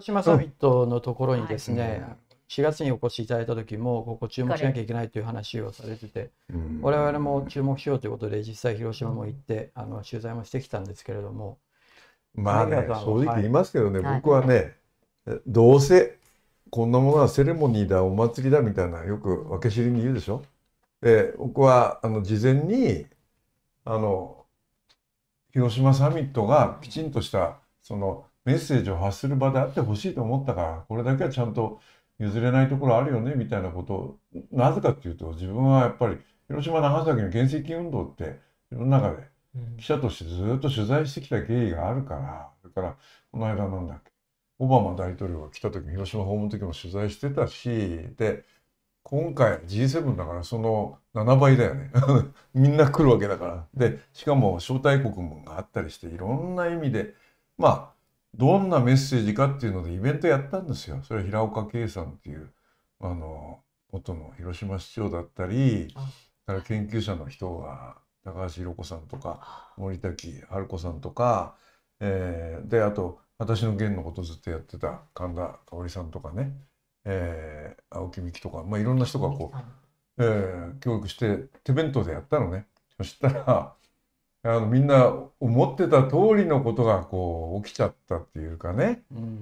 島サミットのところにですはね、4月にお越しいただいた時も、ここ注目しなきゃいけないという話をされてて、我々も注目しようということで、実際広島も行って、取材もしてきたんですけれども、 まあね、正直言いますけどね、 はい僕はね、どうせこんなものはセレモニーだ、お祭りだみたいな、よく分け知りに言うでしょ。で、僕は事前に広島サミットがきちんとしたそのメッセージを発する場であってほしいと思ったから、これだけはちゃんと譲れないところあるよねみたいなことを、なぜかっていうと、自分はやっぱり広島長崎の原石運動って世の中で記者としてずっと取材してきた経緯があるから、それからこの間なんだっけ、オバマ大統領が来た時に広島訪問の時も取材してたし、で今回 G7 だからその7倍だよねみんな来るわけだから。でしかも招待国もがあったりして、いろんな意味でまあどんなメッセージかっていうのでイベントやったんですよ。それは平岡圭さんっていう元の広島市長だったり、から研究者の人が高橋弘子さんとか森滝春子さんとか、であと私の弦のことずっとやってた神田香織さんとかね、青木美希とか、いろんな人がこう、教育して手弁当でやったのね。そしたらみんな思ってた通りのことがこう起きちゃったっていうかね、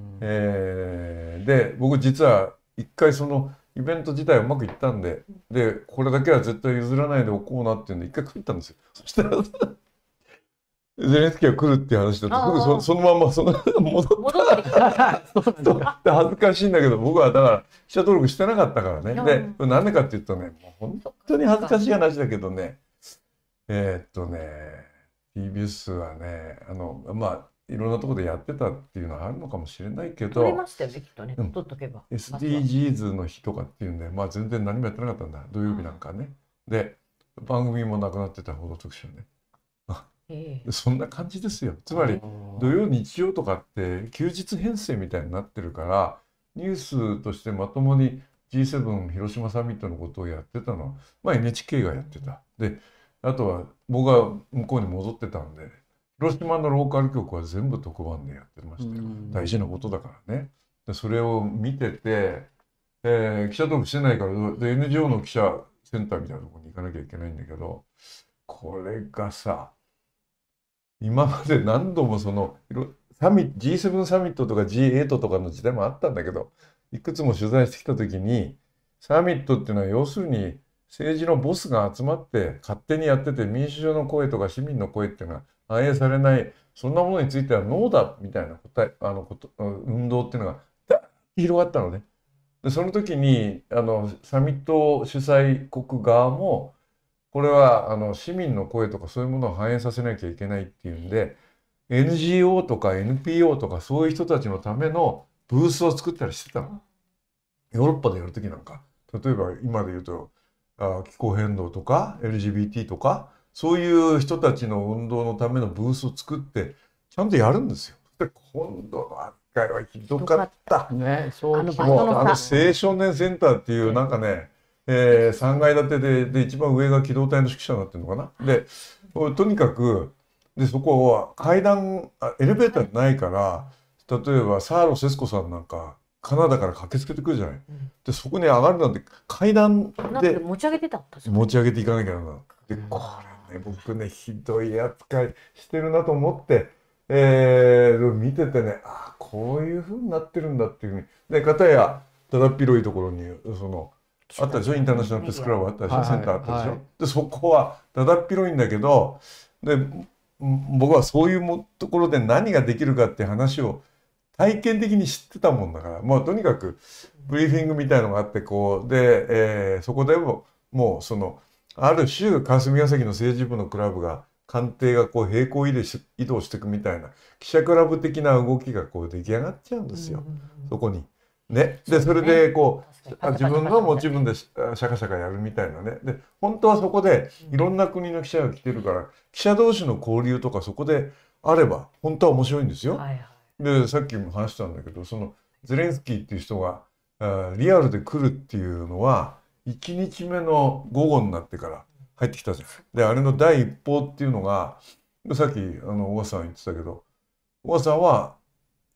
で僕実は一回そのイベント自体うまくいったんで、これだけは絶対譲らないでおこうなっていうんで一回来ったんですよ。そしたらゼレンスキーが来るっていう話だとすぐそのまま戻ってきた恥ずかしいんだけど、僕はだから記者登録してなかったからね。でなんでかっていうとね、もう本当に恥ずかしい話だけどね、TBS はねいろんなところでやってたっていうのはあるのかもしれないけど、 撮れましたよね、きっとね。撮っとけば。 SDGs の日とかっていうんで、全然何もやってなかったんだ、土曜日なんかね。で番組もなくなってた、報道特集ね。そんな感じですよ。つまり土曜日曜とかって休日編成みたいになってるから、ニュースとしてまともに G7 広島サミットのことをやってたのは、NHK がやってた。であとは僕が向こうに戻ってたんで、広島のローカル局は全部特番でやってましたよ。大事なことだからね。でそれを見てて、記者登録してないからで NGO の記者センターみたいなところに行かなきゃいけないんだけど、これがさ、今まで何度もそのG7 サミットとか G8 とかの時代もあったんだけど、いくつも取材してきた時に、サミットっていうのは要するに政治のボスが集まって勝手にやってて、民主主義の声とか市民の声っていうのは反映されない、そんなものについてはノーだみたいな運動っていうのがダーッと広がったのね。でその時にサミット主催国側も、これは市民の声とかそういうものを反映させなきゃいけないっていうんで、 NGO とか NPO とかそういう人たちのためのブースを作ったりしてたの。ヨーロッパでやる時なんか、例えば今で言うと気候変動とか LGBT とか、そういう人たちの運動のためのブースを作ってちゃんとやるんですよ。で今度の扱いはひどかった。 ね、 もう青少年センターっていうなんかね、3階建てで一番上が機動隊の指揮者になってるのかな。でとにかくでそこは階段エレベーターないから、例えばサーロー節子さんなんかカナダから駆けつけてくるじゃない。でそこに上がるなんて階段で持ち上げてた。 持ち上げていかなきゃならない。でこれね、僕ねひどい扱いしてるなと思って、見ててね、こういう風になってるんだっていうふうに。で片やだだっ広いところにあったでしょ、インターナショナルペスクラブあったでしょ、センターあったでしょ。でそこはだだっ広いんだけど、で僕はそういうところで何ができるかっていう話を体験的に知ってたもんだから、とにかくブリーフィングみたいのがあって、そこでもある種霞が関の政治部のクラブが官邸が平行移動していくみたいな記者クラブ的な動きが出来上がっちゃうんですよ、そこに。ね、でそれで自分の持ち分でシャカシャカやるみたいなね。で本当はそこでいろんな国の記者が来てるから、記者同士の交流とかそこであれば本当は面白いんですよ。でさっきも話したんだけど、そのゼレンスキーっていう人がリアルで来るっていうのは1日目の午後になってから入ってきたじゃん。であれの第一報っていうのが、さっき小川さん言ってたけど、小川さんは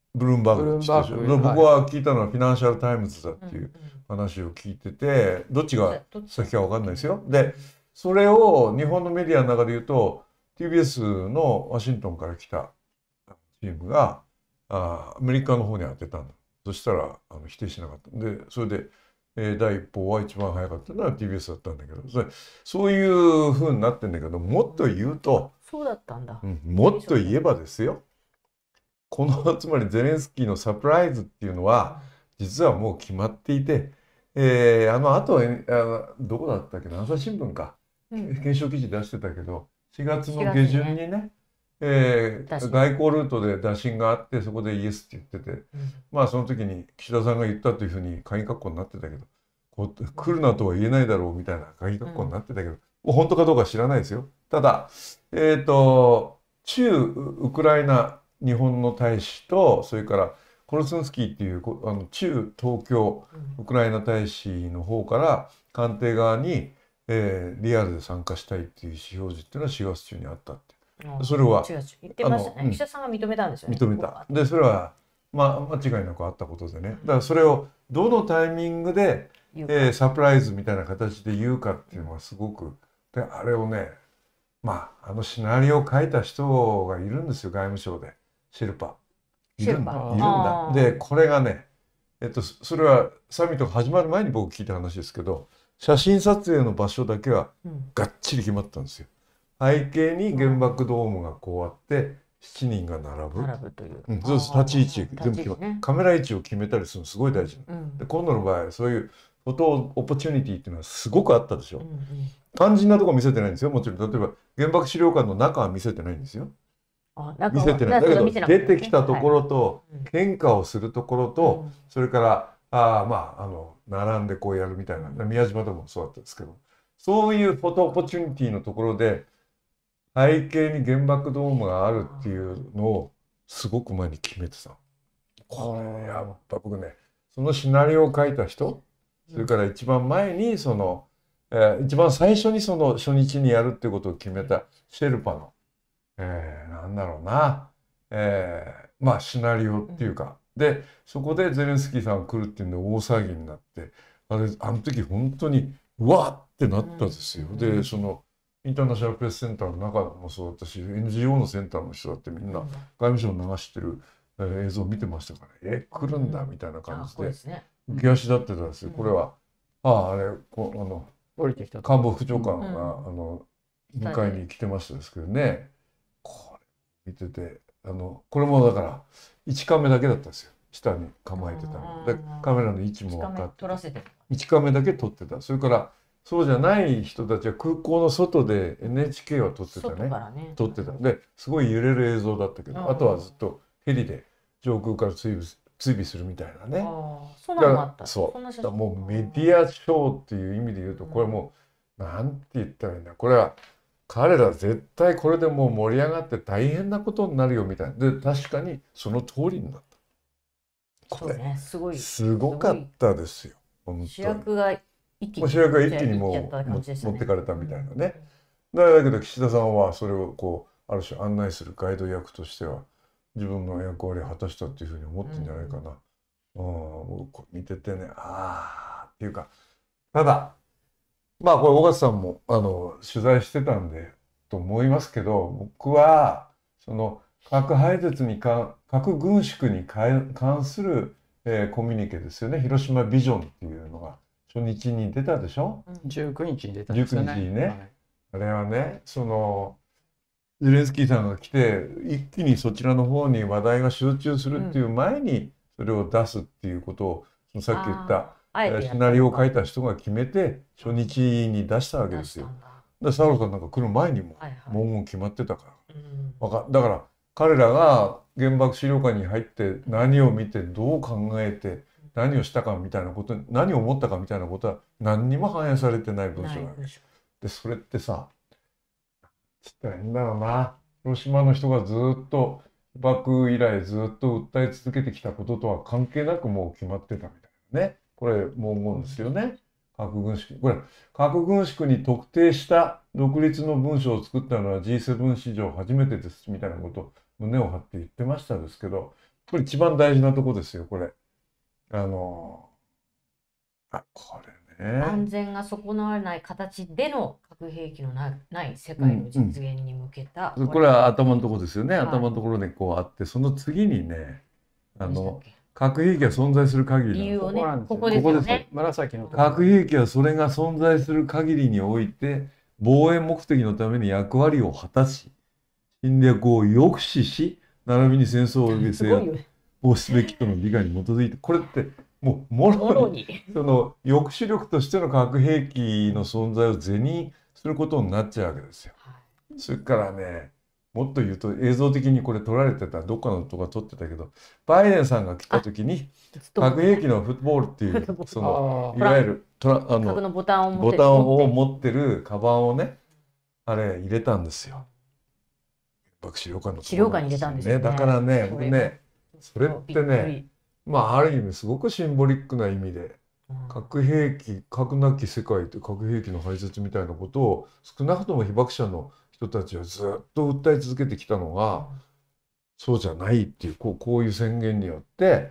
ブルームバーグ知ってるでしょ。 ブルームバーグ僕は聞いたのはフィナンシャル・タイムズだっていう話を聞いてて、どっちが先か分かんないですよ。でそれを日本のメディアの中で言うと TBS のワシントンから来たチームがアメリカの方に当てたんだ。そしたら否定しなかった。でそれで、第一報は一番早かったのは TBS だったんだけど、そういう風になってんだけど、もっと言うと、 そうだったんだ。 もっと言えばですよ、このつまりゼレンスキーのサプライズっていうのは実はもう決まっていて、あとどこだったっけな、朝日新聞か、検証記事出してたけど、4月の下旬にね、外交ルートで打診があって、そこでイエスって言ってて、まあその時に岸田さんが言ったというふうに鍵括弧になってたけど、来るなとは言えないだろうみたいな鍵括弧になってたけど、本当かどうか知らないですよ。ただ中ウクライナ日本の大使と、それからコルスンスキーっていう中東京ウクライナ大使の方から官邸側に、リアルで参加したいっていう意思表示っていうのは4月中にあったって。それは言ってましたね。岸田さんが認めたんですよね。 認めた。でそれは間違いなくあったことでね。だからそれをどのタイミングで、サプライズみたいな形で言うかっていうのはすごく、であれをね、シナリオを書いた人がいるんですよ、外務省で。シェルパいるんだ。でこれがね、それはサミットが始まる前に僕聞いた話ですけど、写真撮影の場所だけはがっちり決まったんですよ。背景に原爆ドームがこうあって7人が並ぶという、そうです。立ち位置全部決まる、カメラ位置を決めたりするのすごい大事、で今度の場合そういうフォトオポチュニティっていうのはすごくあったでしょ。肝心なところ見せてないんですよ、もちろん。例えば原爆資料館の中は見せてないんですよ。見せてない。だけど出てきたところと献花をするところと、それから並んでこうやるみたいな、宮島でもそうだったんですけど、そういうフォトオポチュニティのところで背景に原爆ドームがあるっていうのをすごく前に決めてた。これやっぱ僕ね、そのシナリオを書いた人、それから一番前に一番最初にその初日にやるっていうことを決めたシェルパの、なんだろうな、シナリオっていうか、でそこでゼレンスキーさんが来るっていうんで大騒ぎになって、あの時本当にうわってなったですよ。でそのインターナショナルプレスセンターの中もそうだったし、 NGO のセンターの人だってみんな外務省を流してる映像を見てましたから、来るんだみたいな感じで浮き足立ってたんですよ。これは降りてきた官房副長官が迎えに来てましたですけどね、これ見ててこれもだから1カメだけだったんですよ。下に構えてたので、カメラの位置も分かって1カメだけ撮ってた。それからそうじゃない人たちは空港の外で NHK は撮ってたね。撮ってた。ですごい揺れる映像だったけど、あとはずっとヘリで上空から追尾するみたいなね。 そうなのもあった。 そうもうメディアショーっていう意味で言うと、これもうなんて言ったらいいんだ、これは彼ら絶対これでもう盛り上がって大変なことになるよみたいな。で確かにその通りになった。これすごかったですよ。本当に主役が一気にもう持ってかれたみたいなね。だけど岸田さんはそれをある種案内するガイド役としては自分の役割を果たしたっていうふうに思ってんじゃないかな。見ててね、っていうか、ただこれ尾形さんも取材してたんでと思いますけど、僕はその核廃絶に核軍縮に関する、コミュニケですよね。広島ビジョンっていうのが初日に出たでしょ。 19日に出たんですよね。 19日にね、あれはね、ゼレンスキーさんが来て一気にそちらの方に話題が集中するっていう前にそれを出すっていうことを、さっき言ったシナリオを書いた人が決めて初日に出したわけですよ。サウロさんなんか来る前にも文言決まってたから。だから彼らが原爆資料館に入って何を見てどう考えて何をしたかみたいなこと、何を思ったかみたいなことは何にも反映されてない文章なわけで、それってさ、つったらいいんだろうな、広島の人がずっと被爆以来ずっと訴え続けてきたこととは関係なくもう決まってたみたいなね。これ文言ですよね。核軍縮。これ核軍縮に特定した独立の文書を作ったのは G7 史上初めてですみたいなことを胸を張って言ってましたですけど、 これ一番大事なとこですよ、これ。これね。 安全が損なわれない形での核兵器のない世界の実現に向けた。 これは頭のところですよね。頭のところにこうあって、その次にね、核兵器が存在する限り、 理由をね、ここですよね。 紫の核兵器はそれが存在する限りにおいて、防衛目的のために役割を果たし、侵略を抑止し、並びに戦争を及びせよ防止すべきとの理解に基づいて、これってもうもろにその抑止力としての核兵器の存在を是認することになっちゃうわけですよ。それからね、もっと言うと映像的にこれ撮られてた、どっかのとこが撮ってたけど、バイデンさんが来た時に核兵器のフットボールっていう、そのいわゆる核のボタンを持ってるカバンをね、あれ入れたんですよ。原爆資料館の資料館に入れたんですよね。 だからね、僕ね、それってね、まあある意味すごくシンボリックな意味で、核兵器、核なき世界と核兵器の廃絶みたいなことを少なくとも被爆者の人たちはずっと訴え続けてきたのが、そうじゃないっていう、こういう宣言によって、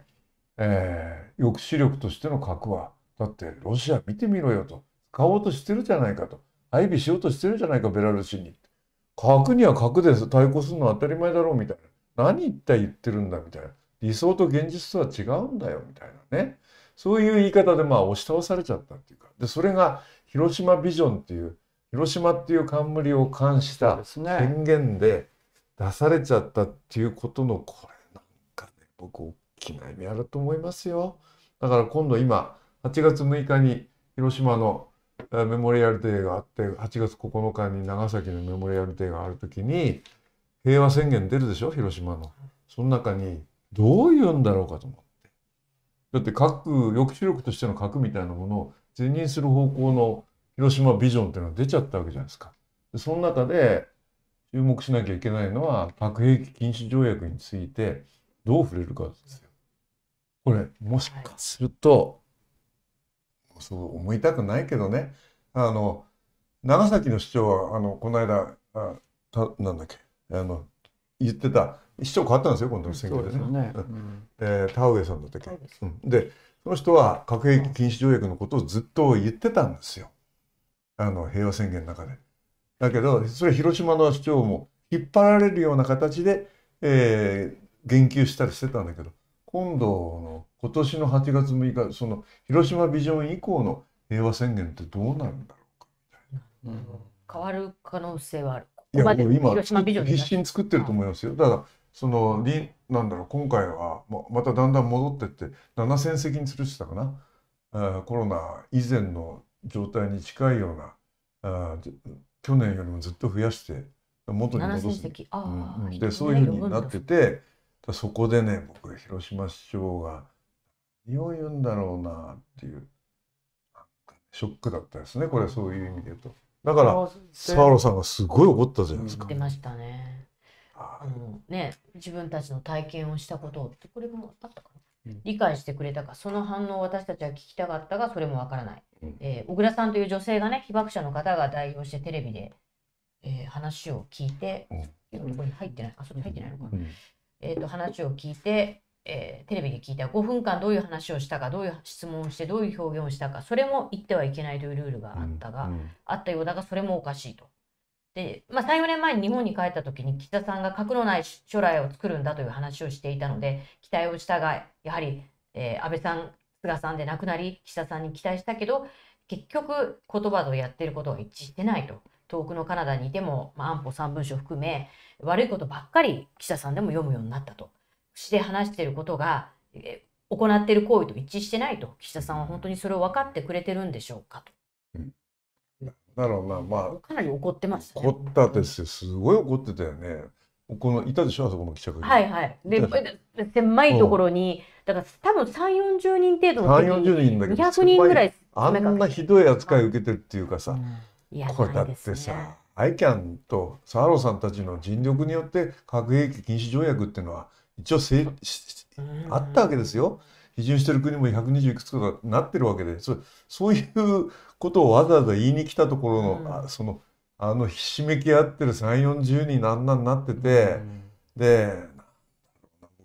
抑止力としての核は、だってロシア見てみろよと、使おうとしてるじゃないかと、配備しようとしてるじゃないか、ベラルーシに。核には核で対抗するのは当たり前だろうみたいな。何一体言ってるんだみたいな。理想と現実とは違うんだよみたいなね。そういう言い方でまあ押し倒されちゃったっていうか。で、それが広島ビジョンっていう、広島っていう冠を冠した宣言で出されちゃったっていうことの、これなんかね、僕大きな意味あると思いますよ。だから今度今、8月6日に広島のメモリアルデーがあって、8月9日に長崎のメモリアルデーがあるときに、平和宣言出るでしょ、広島の。その中に、どう言うんだろうかと思って。だって核、抑止力としての核みたいなものを是認する方向の広島ビジョンっていうのが出ちゃったわけじゃないですか。でその中で注目しなきゃいけないのは、核兵器禁止条約についてどう触れるかですよ。これ、もしかすると、そう思いたくないけどね、長崎の市長はこの間なんだっけ言ってた、市長変わったんですよ、今度の選挙でね。田上さんだったっけ。でその人は核兵器禁止条約のことをずっと言ってたんですよ、平和宣言の中で。だけどそれ広島の市長も引っ張られるような形で、言及したりしてたんだけど、今年の8月6日、その広島ビジョン以降の平和宣言ってどうなるんだろうかみたいな。 変わる可能性はある。 いや、もう今必死に作ってると思いますよ。だからなんだろう、今回はまただんだん戻ってって7000席にするって言ったかな。コロナ以前の状態に近いような、去年よりもずっと増やして元に戻す。でそういうふうになってて、そこでね、僕広島市長が何を言うんだろうなっていうショックだったですね、これ、そういう意味で言うと。だから澤野さんがすごい怒ったじゃないですか。 言ってましたね。自分たちの体験をしたことを、これもあったかな、理解してくれたか、その反応を私たちは聞きたかったが、それもわからない。小倉さんという女性がね、被爆者の方が代表してテレビで、話を聞いて、ここに入ってない、それ入ってないのかな。話を聞いて、テレビで聞いた5分間どういう話をしたか、どういう質問をして、どういう表現をしたか、それも言ってはいけないというルールがあったようだが、それもおかしいと。で、3、4年前に日本に帰った時に岸田さんが核のない将来を作るんだという話をしていたので、期待をしたが、やはり、安倍さん、菅さんで亡くなり、岸田さんに期待したけど、結局言葉とやってることが一致してないと。遠くのカナダにいても、安保3文書含め悪いことばっかり岸田さんでも読むようになったと。して話していることが、行っている行為と一致してないと。岸田さんは本当にそれを分かってくれてるんでしょうかと。 だろうな、 かなり怒ってましたね。怒ったですよ、すごい怒ってたよね。いたでしょ、あそこの記者会見。 はいはい。で、狭いところに、だから多分3、40人程度の時に 200人ぐらいあんなひどい扱いを受けてるっていうかさ、これだってさ、ICAN と澤野さんたちの尽力によって核兵器禁止条約っていうのは一応あったわけですよ。批准してる国も120いくつかなってるわけで、そういうことをわざわざ言いに来たところのひしめき合ってる3、40人あんなになってて、で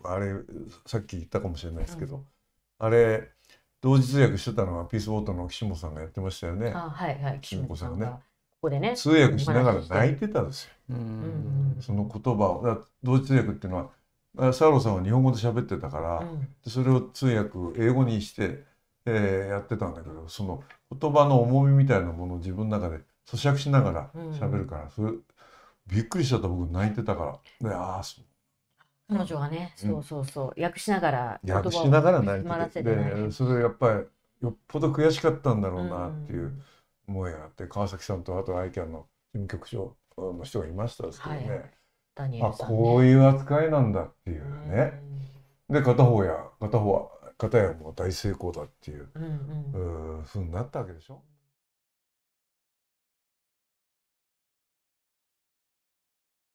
あれさっき言ったかもしれないですけど、あれ同時通訳してたのはピースボートの岸本さんがやってましたよね。 はいはい、 岸本さんがね。 ここでね、 通訳しながら泣いてたんですよ。その言葉を、同時通訳っていうのはサーロさんは日本語で喋ってたから、それを通訳英語にして、やってたんだけど、その言葉の重みみたいなものを自分の中で咀嚼しながら喋るから、それびっくりしちゃった。僕泣いてたからで、 彼女はね、そうそうそう、訳しながら泣いてて、でそれやっぱりよっぽど悔しかったんだろうなっていう思いがあって、川崎さんとあとアイキャンの事務局長の人がいましたですけどね、こういう扱いなんだっていうね。で片方はもう大成功だっていうふうになったわけでしょ。